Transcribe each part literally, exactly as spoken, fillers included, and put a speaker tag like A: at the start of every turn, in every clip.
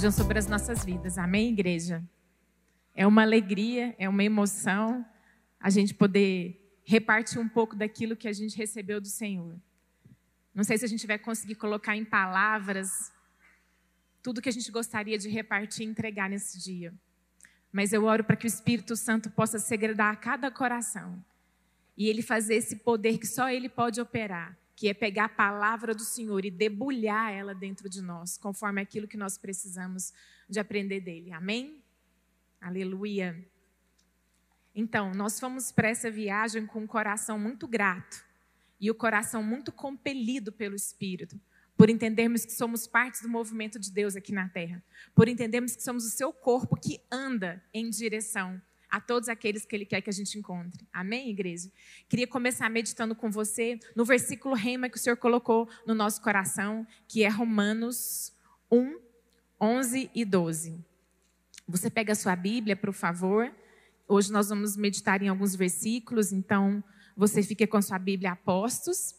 A: sejam sobre as nossas vidas. Amém, igreja? É uma alegria, é uma emoção a gente poder repartir um pouco daquilo que a gente recebeu do Senhor. Não sei se a gente vai conseguir colocar em palavras tudo que a gente gostaria de repartir e entregar nesse dia. Mas eu oro para que o Espírito Santo possa segredar a cada coração. E Ele fazer esse poder que só Ele pode operar, que é pegar a palavra do Senhor e debulhar ela dentro de nós, conforme aquilo que nós precisamos de aprender dEle. Amém? Aleluia. Então, nós fomos para essa viagem com um coração muito grato e o coração muito compelido pelo Espírito, por entendermos que somos parte do movimento de Deus aqui na terra, por entendermos que somos o seu corpo que anda em direção a todos aqueles que Ele quer que a gente encontre. Amém, igreja? Queria começar meditando com você no versículo rema que o Senhor colocou no nosso coração, que é Romanos um, onze e doze. Você pega a sua Bíblia, por favor. Hoje nós vamos meditar em alguns versículos, então você fica com a sua Bíblia a postos.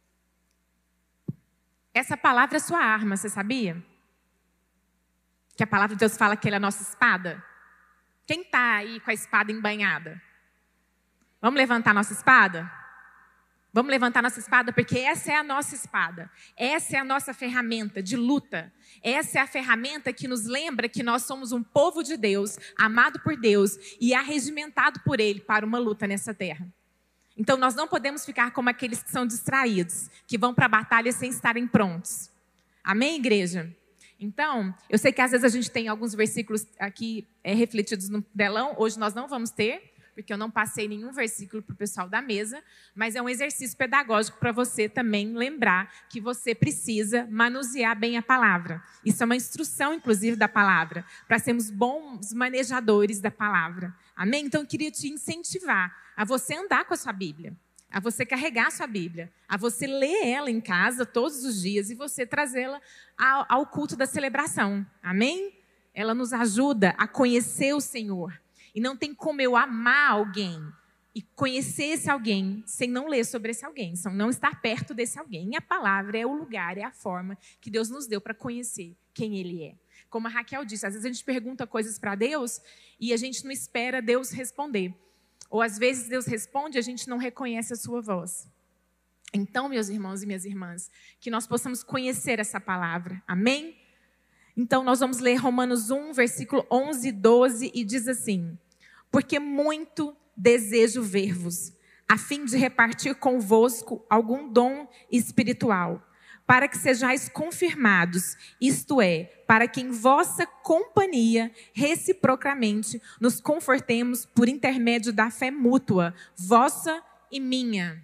A: Essa palavra é sua arma, você sabia? Que a palavra de Deus fala que ela é a nossa espada. Quem está aí com a espada embanhada? Vamos levantar nossa espada? Vamos levantar nossa espada, porque essa é a nossa espada. Essa é a nossa ferramenta de luta. Essa é a ferramenta que nos lembra que nós somos um povo de Deus, amado por Deus e arregimentado por Ele para uma luta nessa terra. Então, nós não podemos ficar como aqueles que são distraídos, que vão para a batalha sem estarem prontos. Amém, igreja? Então, eu sei que às vezes a gente tem alguns versículos aqui é, refletidos no telão. Hoje nós não vamos ter, porque eu não passei nenhum versículo para o pessoal da mesa, mas é um exercício pedagógico para você também lembrar que você precisa manusear bem a palavra. Isso é uma instrução, inclusive, da palavra, para sermos bons manejadores da palavra. Amém? Então, eu queria te incentivar a você andar com a sua Bíblia, a você carregar a sua Bíblia, a você ler ela em casa todos os dias e você trazê-la ao, ao culto da celebração. Amém? Ela nos ajuda a conhecer o Senhor. E não tem como eu amar alguém e conhecer esse alguém sem não ler sobre esse alguém, sem não estar perto desse alguém. E a palavra é o lugar, é a forma que Deus nos deu para conhecer quem Ele é. Como a Raquel disse, às vezes a gente pergunta coisas para Deus e a gente não espera Deus responder. Ou às vezes Deus responde e a gente não reconhece a sua voz. Então, meus irmãos e minhas irmãs, que nós possamos conhecer essa palavra. Amém? Então, nós vamos ler Romanos um, versículo onze e doze, e diz assim: porque muito desejo ver-vos, a fim de repartir convosco algum dom espiritual, para que sejais confirmados, isto é, para que em vossa companhia, reciprocamente, nos confortemos por intermédio da fé mútua, vossa e minha.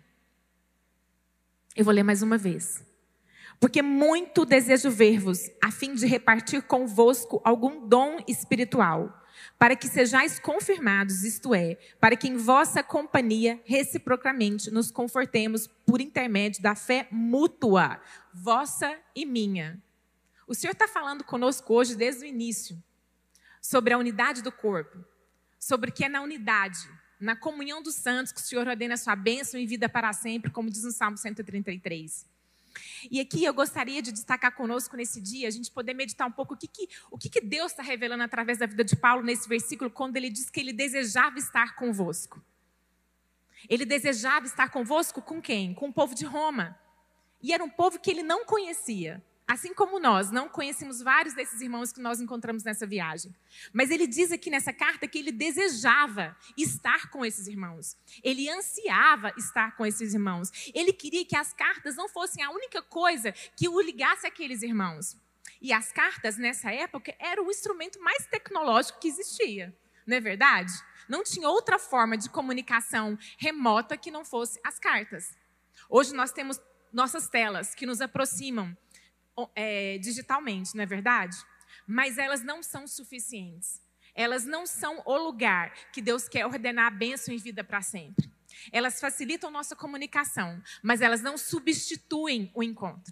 A: Eu vou ler mais uma vez. Porque muito desejo ver-vos, a fim de repartir convosco algum dom espiritual, para que sejais confirmados, isto é, para que em vossa companhia, reciprocamente, nos confortemos por intermédio da fé mútua, vossa e minha. O Senhor está falando conosco hoje, desde o início, sobre a unidade do corpo, sobre o que é na unidade, na comunhão dos santos, que o Senhor ordena a sua bênção e vida para sempre, como diz no Salmo cento e trinta e três. E aqui eu gostaria de destacar conosco nesse dia, a gente poder meditar um pouco o que, que, o que, que Deus está revelando através da vida de Paulo nesse versículo, quando ele diz que ele desejava estar convosco. Ele desejava estar convosco com quem? Com o povo de Roma. E era um povo que ele não conhecia. Assim como nós, não conhecemos vários desses irmãos que nós encontramos nessa viagem. Mas ele diz aqui nessa carta que ele desejava estar com esses irmãos. Ele ansiava estar com esses irmãos. Ele queria que as cartas não fossem a única coisa que o ligasse àqueles irmãos. E as cartas, nessa época, eram o instrumento mais tecnológico que existia. Não é verdade? Não tinha outra forma de comunicação remota que não fosse as cartas. Hoje nós temos nossas telas que nos aproximam É, digitalmente, não é verdade? Mas elas não são suficientes. Elas não são o lugar que Deus quer ordenar a bênção e vida para sempre. Elas facilitam nossa comunicação, mas elas não substituem o encontro.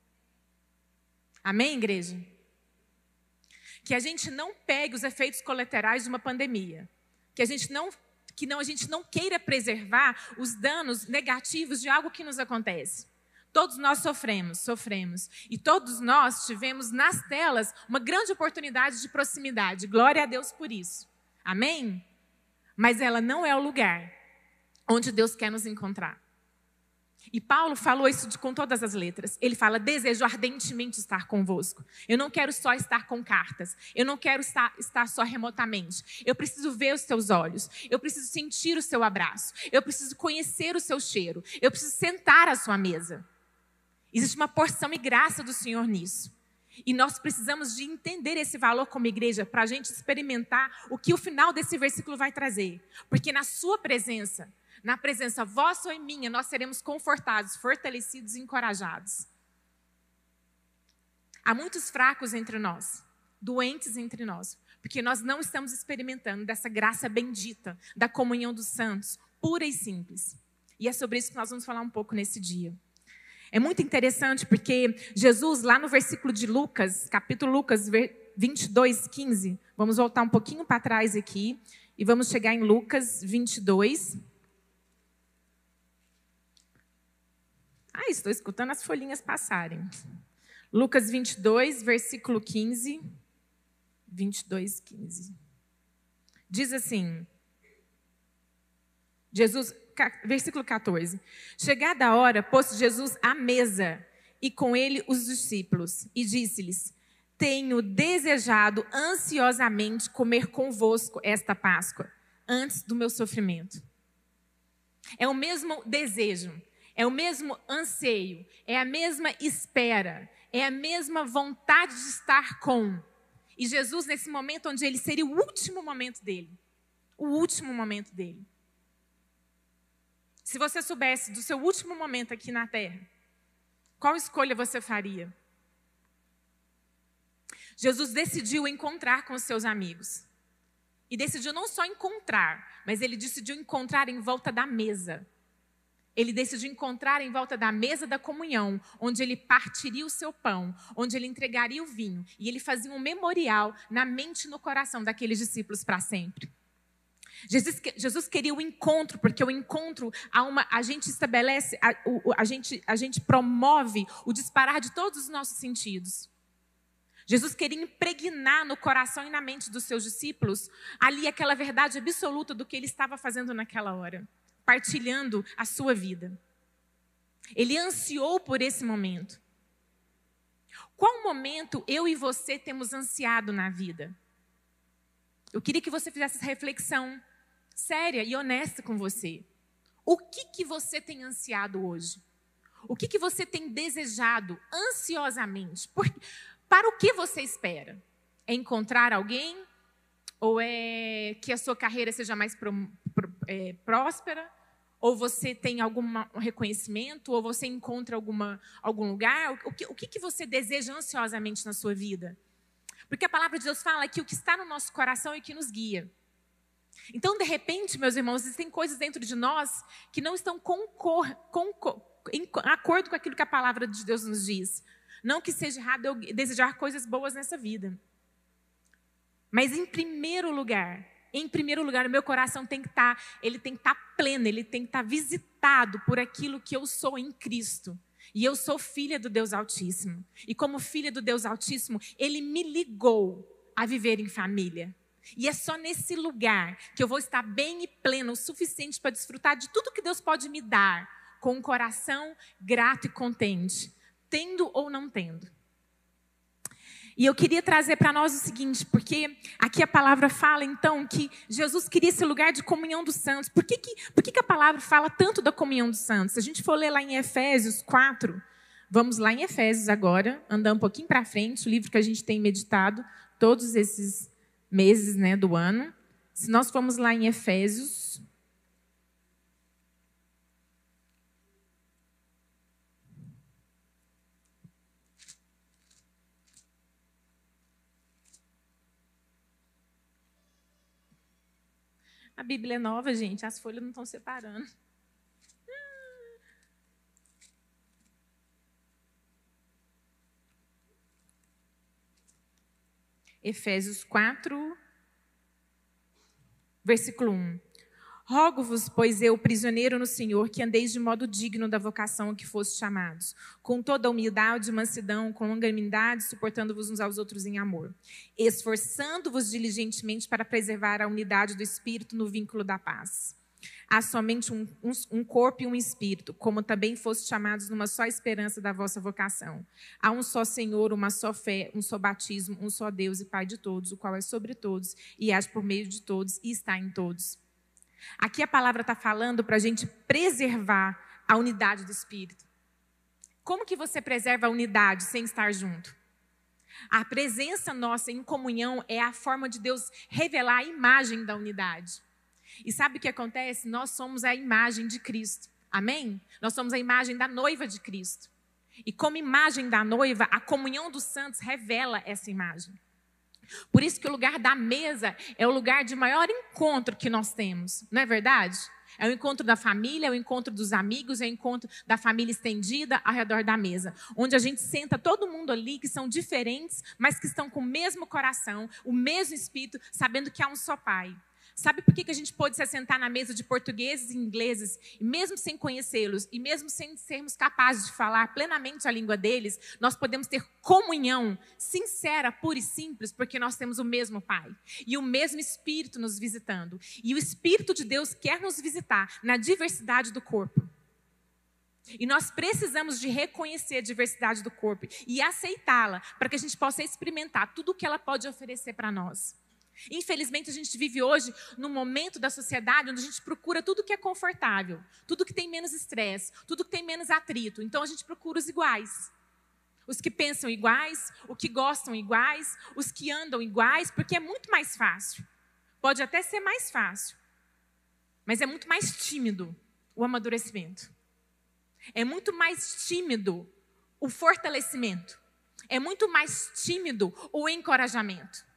A: Amém, igreja? Que a gente não pegue os efeitos colaterais de uma pandemia. Que a gente não, que não, a gente não queira preservar os danos negativos de algo que nos acontece. Todos nós sofremos, sofremos. E todos nós tivemos nas telas uma grande oportunidade de proximidade. Glória a Deus por isso. Amém? Mas ela não é o lugar onde Deus quer nos encontrar. E Paulo falou isso de, com todas as letras. Ele fala, desejo ardentemente estar convosco. Eu não quero só estar com cartas. Eu não quero estar, estar só remotamente. Eu preciso ver os seus olhos. Eu preciso sentir o seu abraço. Eu preciso conhecer o seu cheiro. Eu preciso sentar à sua mesa. Existe uma porção e graça do Senhor nisso. E nós precisamos de entender esse valor como igreja para a gente experimentar o que o final desse versículo vai trazer. Porque na sua presença, na presença vossa ou em minha, nós seremos confortados, fortalecidos e encorajados. Há muitos fracos entre nós, doentes entre nós, porque nós não estamos experimentando dessa graça bendita, da comunhão dos santos, pura e simples. E é sobre isso que nós vamos falar um pouco nesse dia. É muito interessante porque Jesus, lá no versículo de Lucas, capítulo Lucas vinte e dois, quinze, vamos voltar um pouquinho para trás aqui e vamos chegar em Lucas vinte e dois. Ah, estou escutando as folhinhas passarem. Lucas vinte e dois, versículo quinze. vinte e dois, quinze. Diz assim, Jesus, versículo quatorze. Chegada a hora, pôs Jesus à mesa e com ele os discípulos e disse-lhes, tenho desejado ansiosamente comer convosco esta Páscoa, antes do meu sofrimento. É o mesmo desejo. É o mesmo anseio, é a mesma espera, é a mesma vontade de estar com. E Jesus, nesse momento onde ele seria o último momento dele, o último momento dele. Se você soubesse do seu último momento aqui na terra, qual escolha você faria? Jesus decidiu encontrar com os seus amigos. E decidiu não só encontrar, mas ele decidiu encontrar em volta da mesa. Ele decidiu encontrar em volta da mesa da comunhão, onde ele partiria o seu pão, onde ele entregaria o vinho. E ele fazia um memorial na mente e no coração daqueles discípulos para sempre. Jesus, Jesus queria o encontro, porque o encontro, há uma, a gente estabelece, a, o, a, gente, a gente promove o disparar de todos os nossos sentidos. Jesus queria impregnar no coração e na mente dos seus discípulos ali aquela verdade absoluta do que ele estava fazendo naquela hora. Partilhando a sua vida. Ele ansiou por esse momento. Qual momento eu e você temos ansiado na vida? Eu queria que você fizesse essa reflexão séria e honesta com você. O que, que você tem ansiado hoje? O que, que você tem desejado ansiosamente? Por, para o que você espera? É encontrar alguém? Ou é que a sua carreira seja mais pro, pro, é, próspera? Ou você tem algum reconhecimento? Ou você encontra alguma, algum lugar? O que, o que, que você deseja ansiosamente na sua vida? Porque a palavra de Deus fala que o que está no nosso coração é o que nos guia. Então, de repente, meus irmãos, existem coisas dentro de nós que não estão concor, concor, em acordo com aquilo que a palavra de Deus nos diz. Não que seja errado eu desejar coisas boas nessa vida. Mas em primeiro lugar, em primeiro lugar, o meu coração tem que estar, ele tem que estar pleno, ele tem que estar visitado por aquilo que eu sou em Cristo. E eu sou filha do Deus Altíssimo. E como filha do Deus Altíssimo, ele me ligou a viver em família. E é só nesse lugar que eu vou estar bem e plena, o suficiente para desfrutar de tudo que Deus pode me dar, com um coração grato e contente, tendo ou não tendo. E eu queria trazer para nós o seguinte, porque aqui a palavra fala então que Jesus queria esse lugar de comunhão dos santos. Por que, que, por que, que a palavra fala tanto da comunhão dos santos? Se a gente for ler lá em Efésios quatro, vamos lá em Efésios agora, andar um pouquinho para frente, o livro que a gente tem meditado todos esses meses, né, do ano. Se nós formos lá em Efésios... A Bíblia é nova, gente, as folhas não estão separando. Efésios quatro, versículo um. Rogo-vos, pois eu, prisioneiro no Senhor, que andeis de modo digno da vocação a que fostes chamados, com toda humildade e mansidão, com longanimidade, suportando-vos uns aos outros em amor, esforçando-vos diligentemente para preservar a unidade do Espírito no vínculo da paz. Há somente um, um, um corpo e um espírito, como também fostes chamados numa só esperança da vossa vocação. Há um só Senhor, uma só fé, um só batismo, um só Deus e Pai de todos, o qual é sobre todos e age por meio de todos e está em todos. Aqui a palavra está falando para a gente preservar a unidade do Espírito. Como que você preserva a unidade sem estar junto? A presença nossa em comunhão é a forma de Deus revelar a imagem da unidade. E sabe o que acontece? Nós somos a imagem de Cristo. Amém? Nós somos a imagem da noiva de Cristo. E como imagem da noiva, a comunhão dos santos revela essa imagem. Por isso que o lugar da mesa é o lugar de maior encontro que nós temos. Não é verdade? É o encontro da família, é o encontro dos amigos, é o encontro da família estendida ao redor da mesa. Onde a gente senta todo mundo ali que são diferentes, mas que estão com o mesmo coração, o mesmo espírito, sabendo que há um só Pai. Sabe por que que a gente pôde se assentar na mesa de portugueses e ingleses, e mesmo sem conhecê-los, e mesmo sem sermos capazes de falar plenamente a língua deles, nós podemos ter comunhão sincera, pura e simples, porque nós temos o mesmo Pai, e o mesmo Espírito nos visitando. E o Espírito de Deus quer nos visitar na diversidade do corpo. E nós precisamos de reconhecer a diversidade do corpo e aceitá-la, para que a gente possa experimentar tudo o que ela pode oferecer para nós. Infelizmente, a gente vive hoje num momento da sociedade onde a gente procura tudo que é confortável, tudo que tem menos estresse, tudo que tem menos atrito. Então, a gente procura os iguais. Os que pensam iguais, os que gostam iguais, os que andam iguais, porque é muito mais fácil. Pode até ser mais fácil, mas é muito mais tímido o amadurecimento. É muito mais tímido o fortalecimento. É muito mais tímido o encorajamento.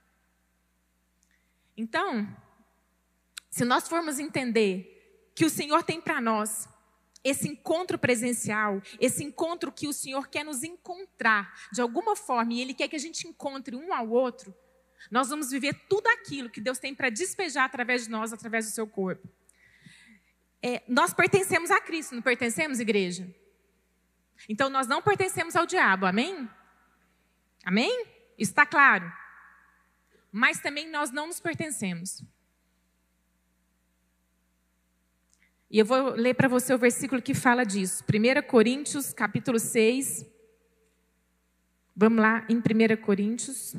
A: Então, se nós formos entender que o Senhor tem para nós esse encontro presencial, esse encontro que o Senhor quer nos encontrar de alguma forma, e Ele quer que a gente encontre um ao outro, nós vamos viver tudo aquilo que Deus tem para despejar através de nós, através do seu corpo. É, nós pertencemos a Cristo, não pertencemos, igreja? Então, nós não pertencemos ao diabo, amém? Amém? Isso está claro? Mas também nós não nos pertencemos. E eu vou ler para você o versículo que fala disso. primeira Coríntios, capítulo seis. Vamos lá em primeira Coríntios.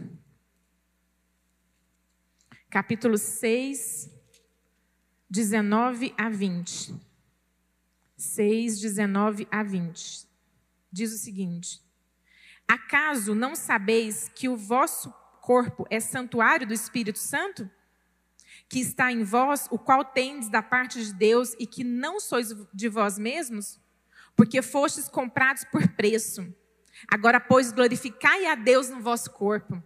A: Capítulo seis, dezenove a vinte. seis, dezenove a vinte. Diz o seguinte: acaso não sabeis que o vosso corpo é santuário do Espírito Santo, que está em vós, o qual tendes da parte de Deus, e que não sois de vós mesmos, porque fostes comprados por preço. Agora, pois, glorificai a Deus no vosso corpo.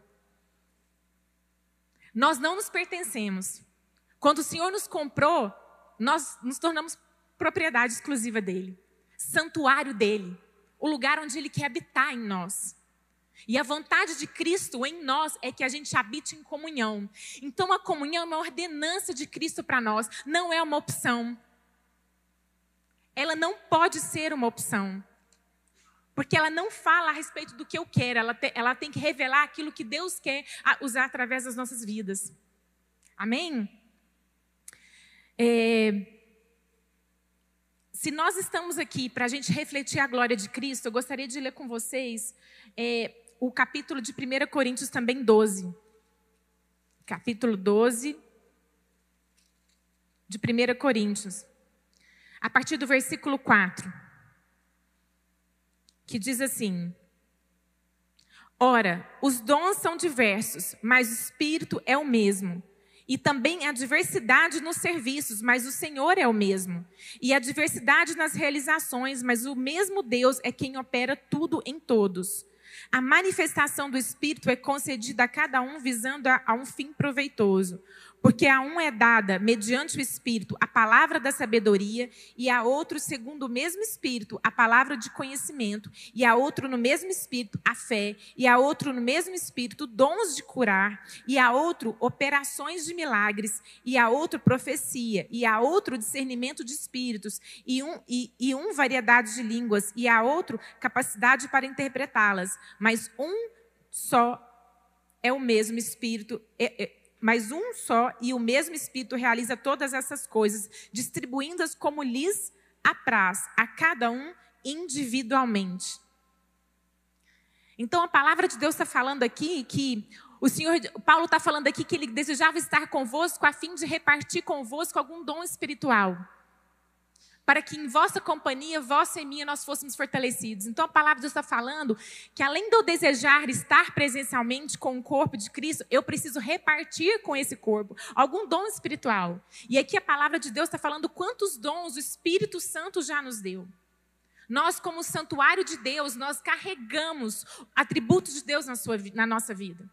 A: Nós não nos pertencemos. Quando o Senhor nos comprou, nós nos tornamos propriedade exclusiva dele, santuário dele, o lugar onde ele quer habitar em nós. E a vontade de Cristo em nós é que a gente habite em comunhão. Então a comunhão é uma ordenança de Cristo para nós, não é uma opção. Ela não pode ser uma opção. Porque ela não fala a respeito do que eu quero, ela, te, ela tem que revelar aquilo que Deus quer usar através das nossas vidas. Amém? É, se nós estamos aqui para a gente refletir a glória de Cristo, eu gostaria de ler com vocês é, o capítulo de primeira Coríntios também doze. Capítulo doze de primeira Coríntios. A partir do versículo quatro. Que diz assim: ora, os dons são diversos, mas o Espírito é o mesmo. E também há diversidade nos serviços, mas o Senhor é o mesmo. E há diversidade nas realizações, mas o mesmo Deus é quem opera tudo em todos. A manifestação do Espírito é concedida a cada um visando a, a um fim proveitoso. Porque a um é dada, mediante o Espírito, a palavra da sabedoria, e a outro, segundo o mesmo Espírito, a palavra de conhecimento, e a outro, no mesmo Espírito, a fé, e a outro, no mesmo Espírito, dons de curar, e a outro, operações de milagres, e a outro, profecia, e a outro, discernimento de espíritos, e um, e, e um variedade de línguas, e a outro, capacidade para interpretá-las. Mas um só é o mesmo Espírito, é, é, mas um só e o mesmo Espírito realiza todas essas coisas, distribuindo-as como lhes apraz, a cada um individualmente. Então, a palavra de Deus está falando aqui que o Senhor, Paulo está falando aqui que ele desejava estar convosco a fim de repartir convosco algum dom espiritual, para que em vossa companhia, vossa e minha, nós fôssemos fortalecidos. Então a palavra de Deus está falando que além de eu desejar estar presencialmente com o corpo de Cristo, eu preciso repartir com esse corpo algum dom espiritual. E aqui a palavra de Deus está falando quantos dons o Espírito Santo já nos deu. Nós, como santuário de Deus, nós carregamos atributos de Deus na, sua, na nossa vida.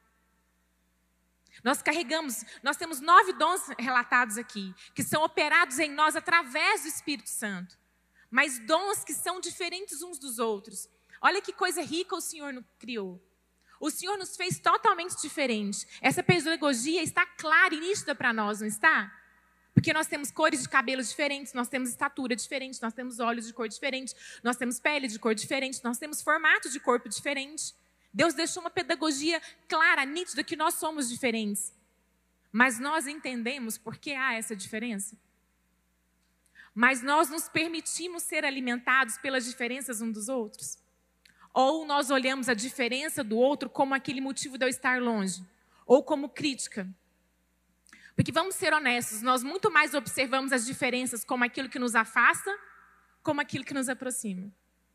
A: Nós carregamos, nós temos nove dons relatados aqui, que são operados em nós através do Espírito Santo. Mas dons que são diferentes uns dos outros. Olha que coisa rica o Senhor nos criou. O Senhor nos fez totalmente diferentes. Essa pedagogia está clara e nítida para nós, não está? Porque nós temos cores de cabelo diferentes, nós temos estatura diferente, nós temos olhos de cor diferente, nós temos pele de cor diferente, nós temos formato de corpo diferente. Deus deixou uma pedagogia clara, nítida, que nós somos diferentes. Mas nós entendemos por que há essa diferença? Mas nós nos permitimos ser alimentados pelas diferenças uns dos outros? Ou nós olhamos a diferença do outro como aquele motivo de eu estar longe? Ou como crítica? Porque vamos ser honestos, nós muito mais observamos as diferenças como aquilo que nos afasta, como aquilo que nos aproxima.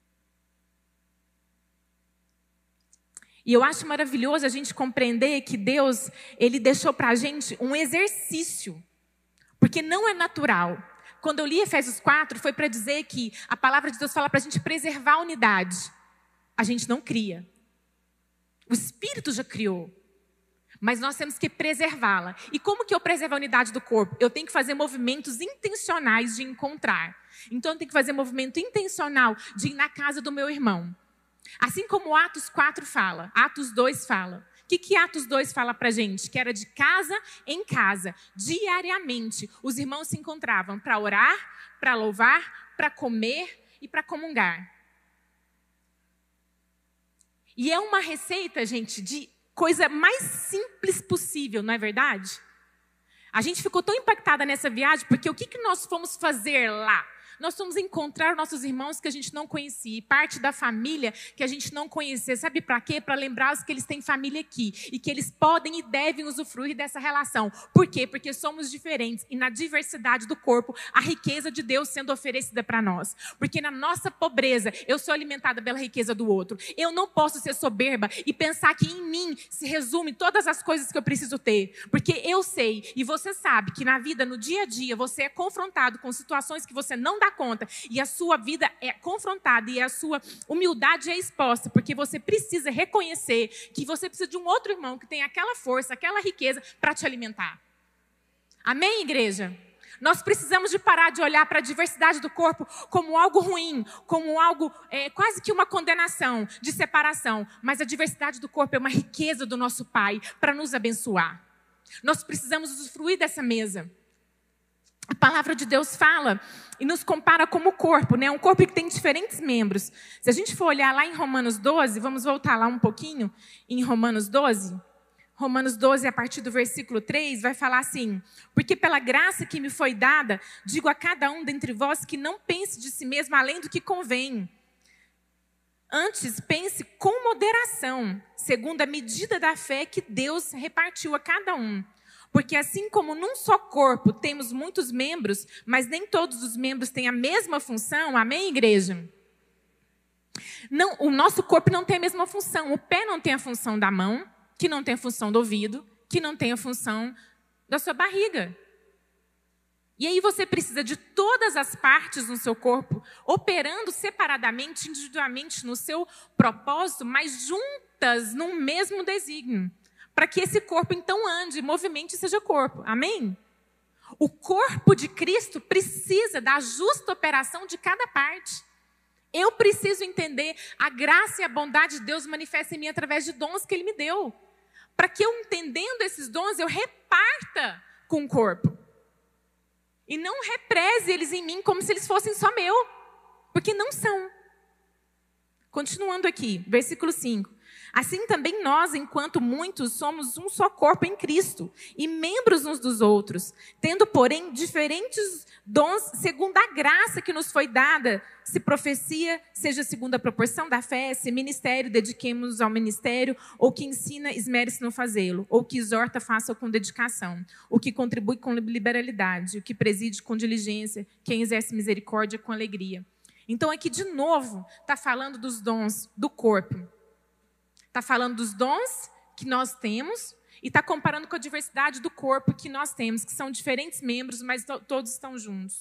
A: E eu acho maravilhoso a gente compreender que Deus, Ele deixou para a gente um exercício. Porque não é natural. Quando eu li Efésios quatro, foi para dizer que a palavra de Deus fala para a gente preservar a unidade. A gente não cria. O Espírito já criou. Mas nós temos que preservá-la. E como que eu preservo a unidade do corpo? Eu tenho que fazer movimentos intencionais de encontrar. Então eu tenho que fazer movimento intencional de ir na casa do meu irmão. Assim como Atos quatro fala, Atos dois fala. O que, que Atos dois fala para a gente? Que era de casa em casa, diariamente. Os irmãos se encontravam para orar, para louvar, para comer e para comungar. E é uma receita, gente, de coisa mais simples possível, não é verdade? A gente ficou tão impactada nessa viagem, porque o que, que nós fomos fazer lá? Nós fomos encontrar nossos irmãos que a gente não conhecia, e parte da família que a gente não conhecia. Sabe para quê? Para lembrá-los que eles têm família aqui, e que eles podem e devem usufruir dessa relação. Por quê? Porque somos diferentes, e na diversidade do corpo, a riqueza de Deus sendo oferecida para nós. Porque na nossa pobreza, eu sou alimentada pela riqueza do outro. Eu não posso ser soberba e pensar que em mim se resume todas as coisas que eu preciso ter. Porque eu sei, e você sabe, que na vida, no dia a dia, você é confrontado com situações que você não dá conta, e a sua vida é confrontada, e a sua humildade é exposta, porque você precisa reconhecer que você precisa de um outro irmão que tem aquela força, aquela riqueza para te alimentar. Amém, igreja? Nós precisamos de parar de olhar para a diversidade do corpo como algo ruim, como algo é, quase que uma condenação de separação, mas a diversidade do corpo é uma riqueza do nosso Pai para nos abençoar. Nós precisamos usufruir dessa mesa. A palavra de Deus fala e nos compara como corpo, né? Um corpo que tem diferentes membros. Se a gente for olhar lá em Romanos doze, vamos voltar lá um pouquinho, em Romanos doze. Romanos doze, a partir do versículo três, vai falar assim: porque pela graça que me foi dada, digo a cada um dentre vós que não pense de si mesmo além do que convém. Antes, pense com moderação, segundo a medida da fé que Deus repartiu a cada um. Porque assim como num só corpo temos muitos membros, mas nem todos os membros têm a mesma função, amém, igreja? Não, o nosso corpo não tem a mesma função. O pé não tem a função da mão, que não tem a função do ouvido, que não tem a função da sua barriga. E aí você precisa de todas as partes no seu corpo, operando separadamente, individualmente no seu propósito, mas juntas num mesmo desígnio. para que esse corpo então ande, movimente e seja corpo. Amém? O corpo de Cristo precisa da justa operação de cada parte. Eu preciso entender a graça e a bondade de Deus manifesta em mim através de dons que Ele me deu. Para que eu, entendendo esses dons, eu reparta com o corpo. E não represe eles em mim como se eles fossem só meu. Porque não são. Continuando aqui, versículo cinco. Assim também nós, enquanto muitos, somos um só corpo em Cristo, e membros uns dos outros, tendo, porém, diferentes dons segundo a graça que nos foi dada. Se profecia, seja segundo a proporção da fé; se ministério, dediquemos-nos ao ministério; ou que ensina, esmere-se no fazê-lo; ou que exorta, faça com dedicação; o que contribui com liberalidade; o que preside com diligência; quem exerce misericórdia com alegria. Então aqui de novo está falando dos dons do corpo. Está falando dos dons que nós temos e está comparando com a diversidade do corpo que nós temos, que são diferentes membros, mas to- todos estão juntos.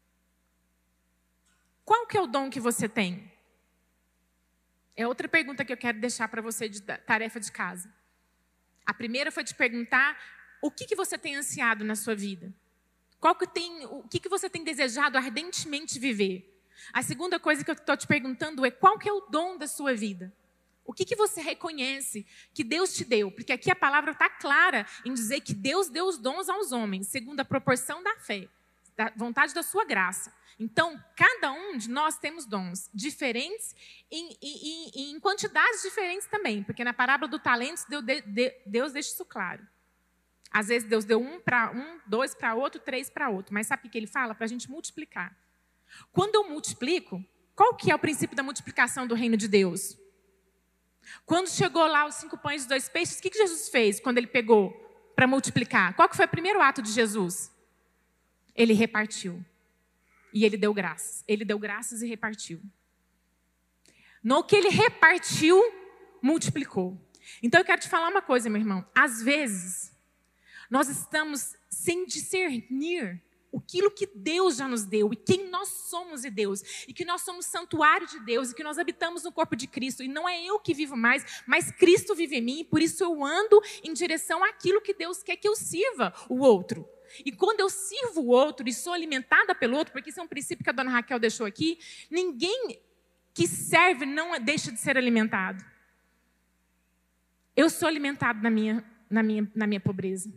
A: Qual que é o dom que você tem? É outra pergunta que eu quero deixar para você de tarefa de casa. A primeira foi te perguntar o que, que você tem ansiado na sua vida. Qual que tem, o que, que você tem desejado ardentemente viver? A segunda coisa que eu estou te perguntando é qual que é o dom da sua vida? O que, que você reconhece que Deus te deu? Porque aqui a palavra está clara em dizer que Deus deu os dons aos homens, segundo a proporção da fé, da vontade da sua graça. Então, cada um de nós temos dons diferentes em, em, em, em quantidades diferentes também. Porque na parábola do talentos, Deus, Deus deixa isso claro. Às vezes Deus deu um para um, dois para outro, três para outro. Mas sabe o que ele fala? Para a gente multiplicar. Quando eu multiplico, qual que é o princípio da multiplicação do reino de Deus? Quando chegou lá os cinco pães e dois peixes, o que, que Jesus fez quando ele pegou para multiplicar? Qual que foi o primeiro ato de Jesus? Ele repartiu. E ele deu graças. Ele deu graças e repartiu. No que ele repartiu, multiplicou. Então eu quero te falar uma coisa, meu irmão. Às vezes, nós estamos sem discernir aquilo que Deus já nos deu e quem nós somos de Deus, e que nós somos santuário de Deus, e que nós habitamos no corpo de Cristo, e não é eu que vivo mais, mas Cristo vive em mim, e por isso eu ando em direção àquilo que Deus quer que eu sirva o outro. E quando eu sirvo o outro e sou alimentada pelo outro, porque isso é um princípio que a dona Raquel deixou aqui, ninguém que serve não deixa de ser alimentado. Eu sou alimentado na minha, na minha, na minha pobreza.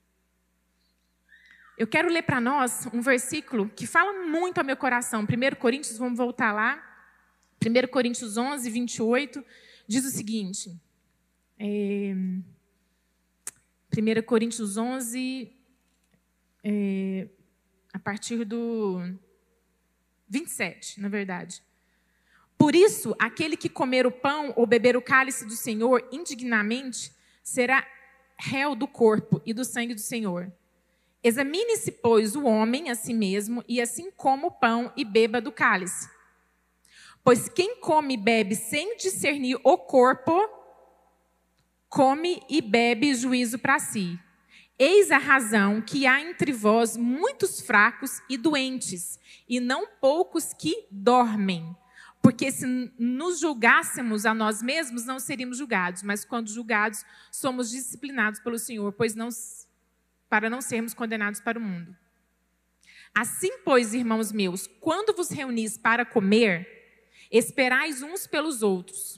A: Eu quero ler para nós um versículo que fala muito ao meu coração. primeiro Coríntios, vamos voltar lá. primeiro Coríntios onze, vinte e oito, diz o seguinte. É, primeiro Coríntios onze, é, a partir do vinte e sete, na verdade. Por isso, aquele que comer o pão ou beber o cálice do Senhor indignamente, será réu do corpo e do sangue do Senhor. Examine-se, pois, o homem a si mesmo, e assim coma o pão e beba do cálice. Pois quem come e bebe sem discernir o corpo, come e bebe juízo para si. Eis a razão que há entre vós muitos fracos e doentes, e não poucos que dormem. Porque se nos julgássemos a nós mesmos, não seríamos julgados, mas quando julgados, somos disciplinados pelo Senhor, pois não para não sermos condenados para o mundo. Assim, pois, irmãos meus, quando vos reunis para comer, esperais uns pelos outros.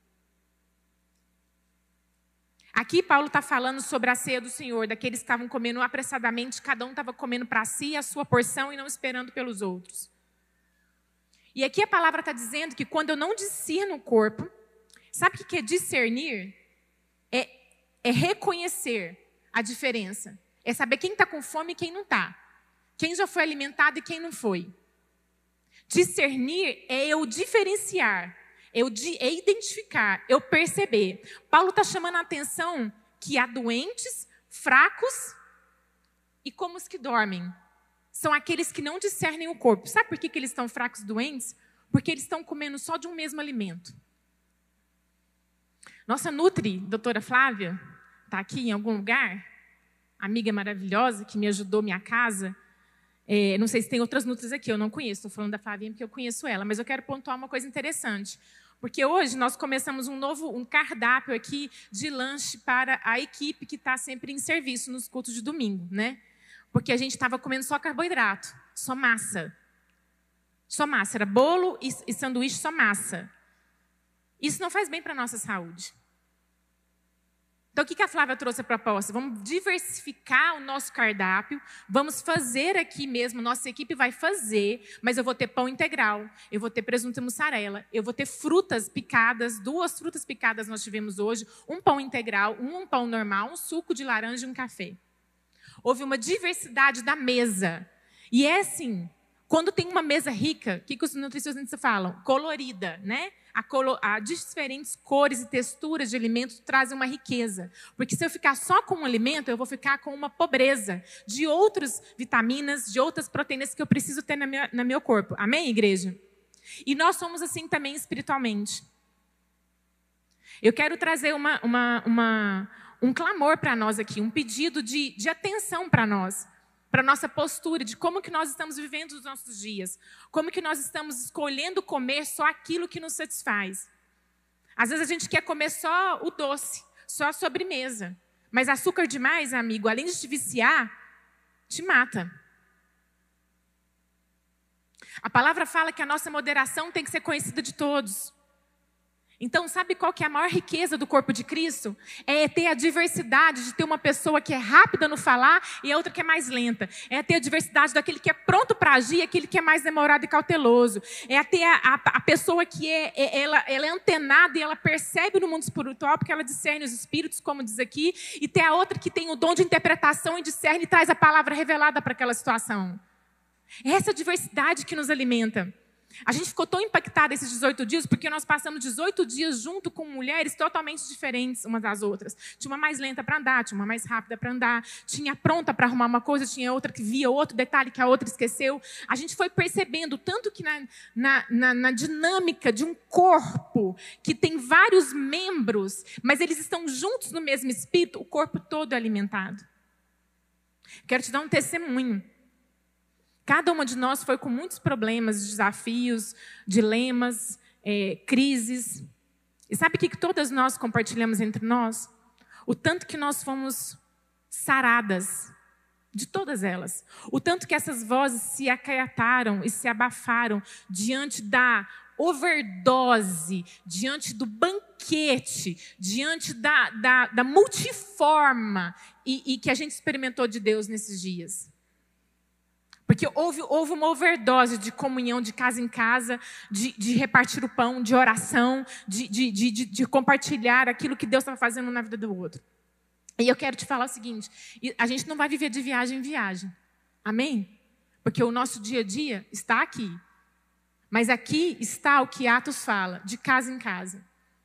A: Aqui Paulo está falando sobre a ceia do Senhor, daqueles que estavam comendo apressadamente, cada um estava comendo para si a sua porção e não esperando pelos outros. E aqui a palavra está dizendo que quando eu não discerno o corpo, sabe o que é discernir? É, é reconhecer a diferença. É saber quem está com fome e quem não está. Quem já foi alimentado e quem não foi. Discernir é eu diferenciar, é, eu, é identificar, eu perceber. Paulo está chamando a atenção que há doentes, fracos e como os que dormem. São aqueles que não discernem o corpo. Sabe por que, que eles estão fracos e doentes? Porque eles estão comendo só de um mesmo alimento. Nossa Nutri, doutora Flávia, está aqui em algum lugar, amiga maravilhosa que me ajudou minha casa. É, não sei se tem outras Nutris aqui, eu não conheço. Estou falando da Flavinha porque eu conheço ela, mas eu quero pontuar uma coisa interessante. Porque hoje nós começamos um novo um cardápio aqui de lanche para a equipe que está sempre em serviço nos cultos de domingo, né? Porque a gente estava comendo só carboidrato, só massa. Só massa, era bolo e, e sanduíche só massa. Isso não faz bem para a nossa saúde. Então, o que a Flávia trouxe a proposta? Vamos diversificar o nosso cardápio, vamos fazer aqui mesmo, nossa equipe vai fazer, mas eu vou ter pão integral, eu vou ter presunto e mussarela, eu vou ter frutas picadas, duas frutas picadas nós tivemos hoje, um pão integral, um, um pão normal, um suco de laranja e um café. Houve uma diversidade da mesa. E é assim, quando tem uma mesa rica, o que, que os nutricionistas falam? Colorida, né? A, colo, a diferentes cores e texturas de alimentos trazem uma riqueza. Porque se eu ficar só com um alimento, eu vou ficar com uma pobreza de outras vitaminas, de outras proteínas que eu preciso ter na minha, no meu corpo. Amém, igreja? E nós somos assim também espiritualmente. Eu quero trazer uma, uma, uma, um clamor para nós aqui, um pedido de, de atenção para nós. Para a nossa postura, de como que nós estamos vivendo os nossos dias. Como que nós estamos escolhendo comer só aquilo que nos satisfaz. Às vezes a gente quer comer só o doce, só a sobremesa. Mas açúcar demais, amigo, além de te viciar, te mata. A palavra fala que a nossa moderação tem que ser conhecida de todos. Então, sabe qual que é a maior riqueza do corpo de Cristo? É ter a diversidade de ter uma pessoa que é rápida no falar e a outra que é mais lenta. É ter a diversidade daquele que é pronto para agir e aquele que é mais demorado e cauteloso. É ter a, a, a pessoa que é, é, ela, ela é antenada e ela percebe no mundo espiritual porque ela discerne os espíritos, como diz aqui. E ter a outra que tem o dom de interpretação e discerne e traz a palavra revelada para aquela situação. É essa diversidade que nos alimenta. A gente ficou tão impactada esses dezoito dias, porque nós passamos dezoito dias junto com mulheres totalmente diferentes umas das outras. Tinha uma mais lenta para andar, tinha uma mais rápida para andar, tinha pronta para arrumar uma coisa, tinha outra que via outro detalhe que a outra esqueceu. A gente foi percebendo tanto que na, na, na, na dinâmica de um corpo que tem vários membros, mas eles estão juntos no mesmo espírito, o corpo todo é alimentado. Quero te dar um testemunho. Cada uma de nós foi com muitos problemas, desafios, dilemas, é, crises. E sabe o que todas nós compartilhamos entre nós? O tanto que nós fomos saradas, de todas elas. O tanto que essas vozes se acaiataram e se abafaram diante da overdose, diante do banquete, diante da, da, da multiforma e, e que a gente experimentou de Deus nesses dias. Porque houve, houve uma overdose de comunhão de casa em casa, de, de repartir o pão, de oração, de, de, de, de, de compartilhar aquilo que Deus estava fazendo na vida do outro. E eu quero te falar o seguinte, a gente não vai viver de viagem em viagem. Amém? Porque o nosso dia a dia está aqui. Mas aqui está o que Atos fala, de casa em casa.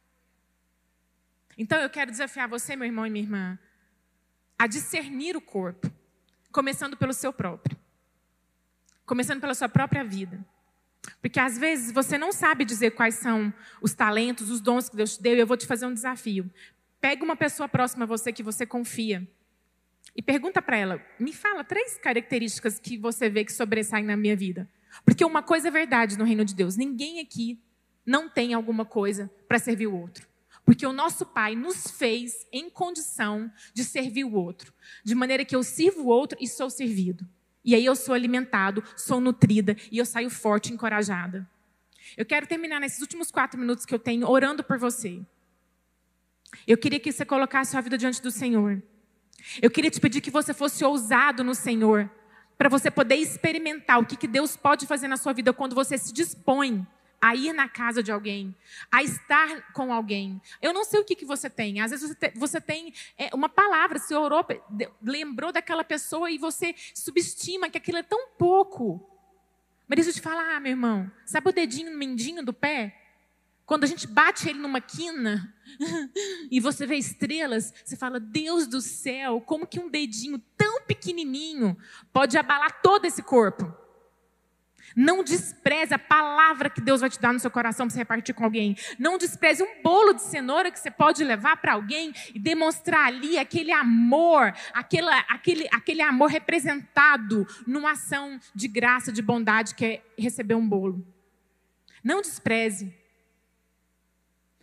A: Então eu quero desafiar você, meu irmão e minha irmã, a discernir o corpo, começando pelo seu próprio. Começando pela sua própria vida. Porque às vezes você não sabe dizer quais são os talentos, os dons que Deus te deu, e eu vou te fazer um desafio. Pega uma pessoa próxima a você que você confia e pergunta para ela, me fala três características que você vê que sobressaem na minha vida. Porque uma coisa é verdade no reino de Deus, ninguém aqui não tem alguma coisa para servir o outro. Porque o nosso Pai nos fez em condição de servir o outro. De maneira que eu sirvo o outro e sou servido. E aí eu sou alimentado, sou nutrida e eu saio forte, encorajada. Eu quero terminar nesses últimos quatro minutos que eu tenho orando por você. Eu queria que você colocasse a sua vida diante do Senhor. Eu queria te pedir que você fosse ousado no Senhor, para você poder experimentar o que Deus pode fazer na sua vida quando você se dispõe a ir na casa de alguém, a estar com alguém. Eu não sei o que, que você tem. Às vezes você tem, você tem é, uma palavra, você orou, lembrou daquela pessoa e você subestima que aquilo é tão pouco. Mas deixa eu te falar, ah, meu irmão, sabe o dedinho no mindinho do pé? Quando a gente bate ele numa quina e você vê estrelas, você fala, Deus do céu, como que um dedinho tão pequenininho pode abalar todo esse corpo? Não despreze a palavra que Deus vai te dar no seu coração para você repartir com alguém. Não despreze um bolo de cenoura que você pode levar para alguém e demonstrar ali aquele amor, aquele, aquele, aquele amor representado numa ação de graça, de bondade que é receber um bolo. Não despreze.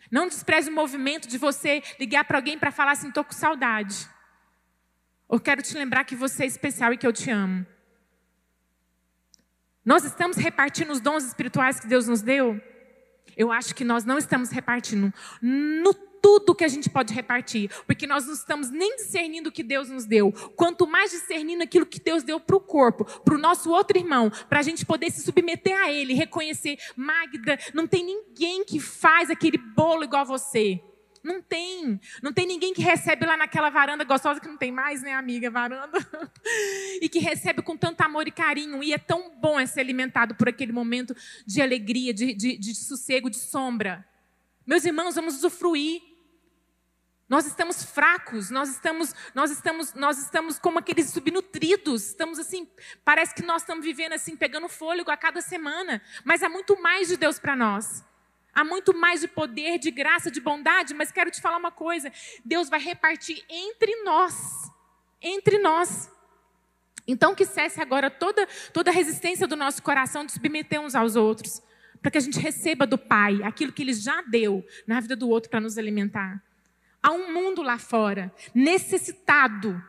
A: Não despreze o movimento de você ligar para alguém para falar assim, estou com saudade. Eu quero te lembrar que você é especial e que eu te amo. Nós estamos repartindo os dons espirituais que Deus nos deu? Eu acho que nós não estamos repartindo no tudo que a gente pode repartir, porque nós não estamos nem discernindo o que Deus nos deu. Quanto mais discernindo aquilo que Deus deu para o corpo, para o nosso outro irmão, para a gente poder se submeter a Ele, reconhecer, Magda, não tem ninguém que faz aquele bolo igual a você. Não tem. Não tem ninguém que recebe lá naquela varanda gostosa, que não tem mais, né, amiga, varanda? E que recebe com tanto amor e carinho. E é tão bom ser alimentado por aquele momento de alegria, de, de, de sossego, de sombra. Meus irmãos, vamos usufruir. Nós estamos fracos, nós estamos, nós estamos, nós estamos como aqueles subnutridos. Estamos assim, parece que nós estamos vivendo assim, pegando fôlego a cada semana. Mas há muito mais de Deus para nós. Há muito mais de poder, de graça, de bondade. Mas quero te falar uma coisa. Deus vai repartir entre nós. Entre nós. Então que cesse agora toda, toda a resistência do nosso coração de submeter uns aos outros. Para que a gente receba do Pai aquilo que Ele já deu na vida do outro para nos alimentar. Há um mundo lá fora, necessitado,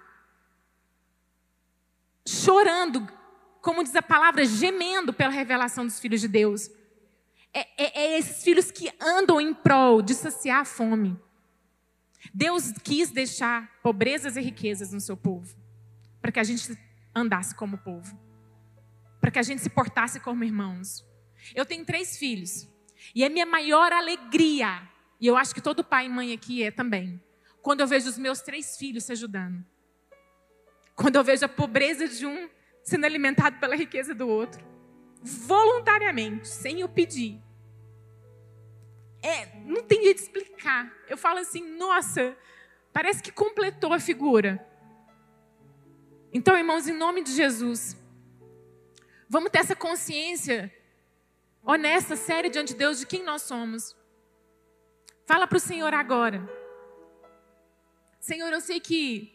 A: chorando, como diz a palavra, gemendo pela revelação dos filhos de Deus. É, é, é esses filhos que andam em prol de saciar a fome. Deus quis deixar pobrezas e riquezas no seu povo, para que a gente andasse como povo, para que a gente se portasse como irmãos. Eu tenho três filhos, e é minha maior alegria, e eu acho que todo pai e mãe aqui é também, quando eu vejo os meus três filhos se ajudando. Quando eu vejo a pobreza de um sendo alimentado pela riqueza do outro. Voluntariamente, sem eu pedir. É, não tem jeito de explicar. Eu falo assim, nossa, parece que completou a figura. Então, irmãos, em nome de Jesus, vamos ter essa consciência honesta, séria diante de Deus, de quem nós somos. Fala para o Senhor agora. Senhor, eu sei que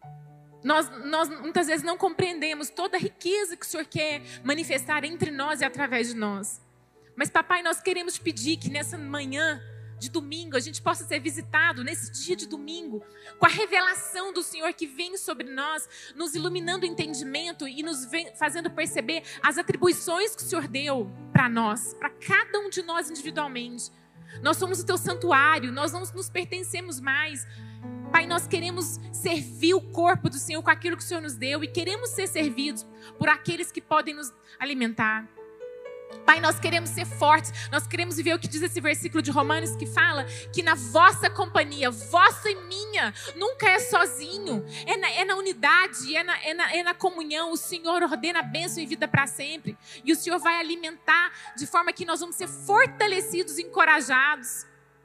A: nós, nós muitas vezes não compreendemos toda a riqueza que o Senhor quer manifestar entre nós e através de nós. Mas, papai, nós queremos te pedir que nessa manhã de domingo a gente possa ser visitado, nesse dia de domingo, com a revelação do Senhor que vem sobre nós, nos iluminando o entendimento e nos vem, fazendo perceber as atribuições que o Senhor deu para nós, para cada um de nós individualmente. Nós somos o teu santuário, nós não nos pertencemos mais. Pai, nós queremos servir o corpo do Senhor com aquilo que o Senhor nos deu e queremos ser servidos por aqueles que podem nos alimentar. Pai, nós queremos ser fortes, nós queremos viver o que diz esse versículo de Romanos que fala que na vossa companhia, vossa e minha, nunca é sozinho, é na, é na unidade, é na, é, na, é na comunhão. O Senhor ordena bênção e vida para sempre, e o Senhor vai alimentar de forma que nós vamos ser fortalecidos e encorajados.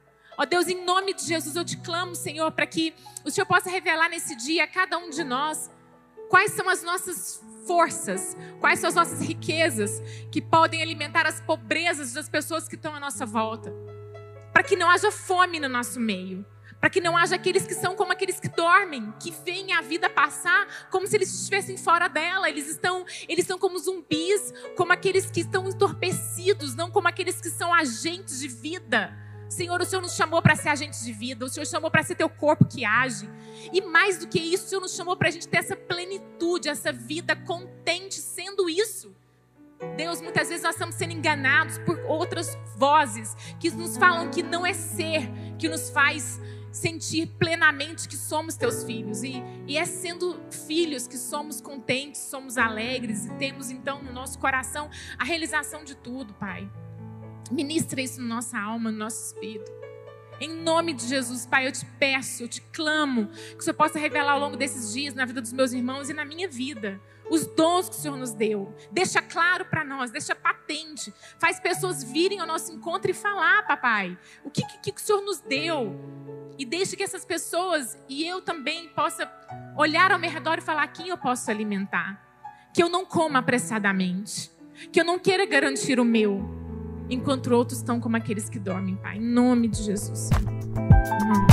A: Ó Deus, em nome de Jesus eu te clamo, Senhor, para que o Senhor possa revelar nesse dia a cada um de nós quais são as nossas forças, quais são as nossas riquezas que podem alimentar as pobrezas das pessoas que estão à nossa volta. Para que não haja fome no nosso meio. Para que não haja aqueles que são como aqueles que dormem, que veem a vida passar como se eles estivessem fora dela. Eles estão, eles são como zumbis, como aqueles que estão entorpecidos, não como aqueles que são agentes de vida. Senhor, o Senhor nos chamou para ser agentes de vida. O Senhor chamou para ser teu corpo que age. E mais do que isso, o Senhor nos chamou para a gente ter essa plenitude, essa vida contente sendo isso. Deus, muitas vezes nós estamos sendo enganados por outras vozes que nos falam que não é ser, que nos faz sentir plenamente que somos teus filhos. E, e é sendo filhos que somos contentes, somos alegres e temos então no nosso coração a realização de tudo, Pai. Ministra isso na nossa alma, no nosso espírito. Em nome de Jesus, Pai, eu te peço, eu te clamo que o Senhor possa revelar ao longo desses dias na vida dos meus irmãos e na minha vida os dons que o Senhor nos deu. Deixa claro para nós, deixa patente. Faz pessoas virem ao nosso encontro e falar, papai, o que, que, que o Senhor nos deu. E deixe que essas pessoas e eu também possa olhar ao meu redor e falar quem eu posso alimentar. Que eu não coma apressadamente. Que eu não queira garantir o meu, enquanto outros estão como aqueles que dormem, Pai. Em nome de Jesus. Em nome.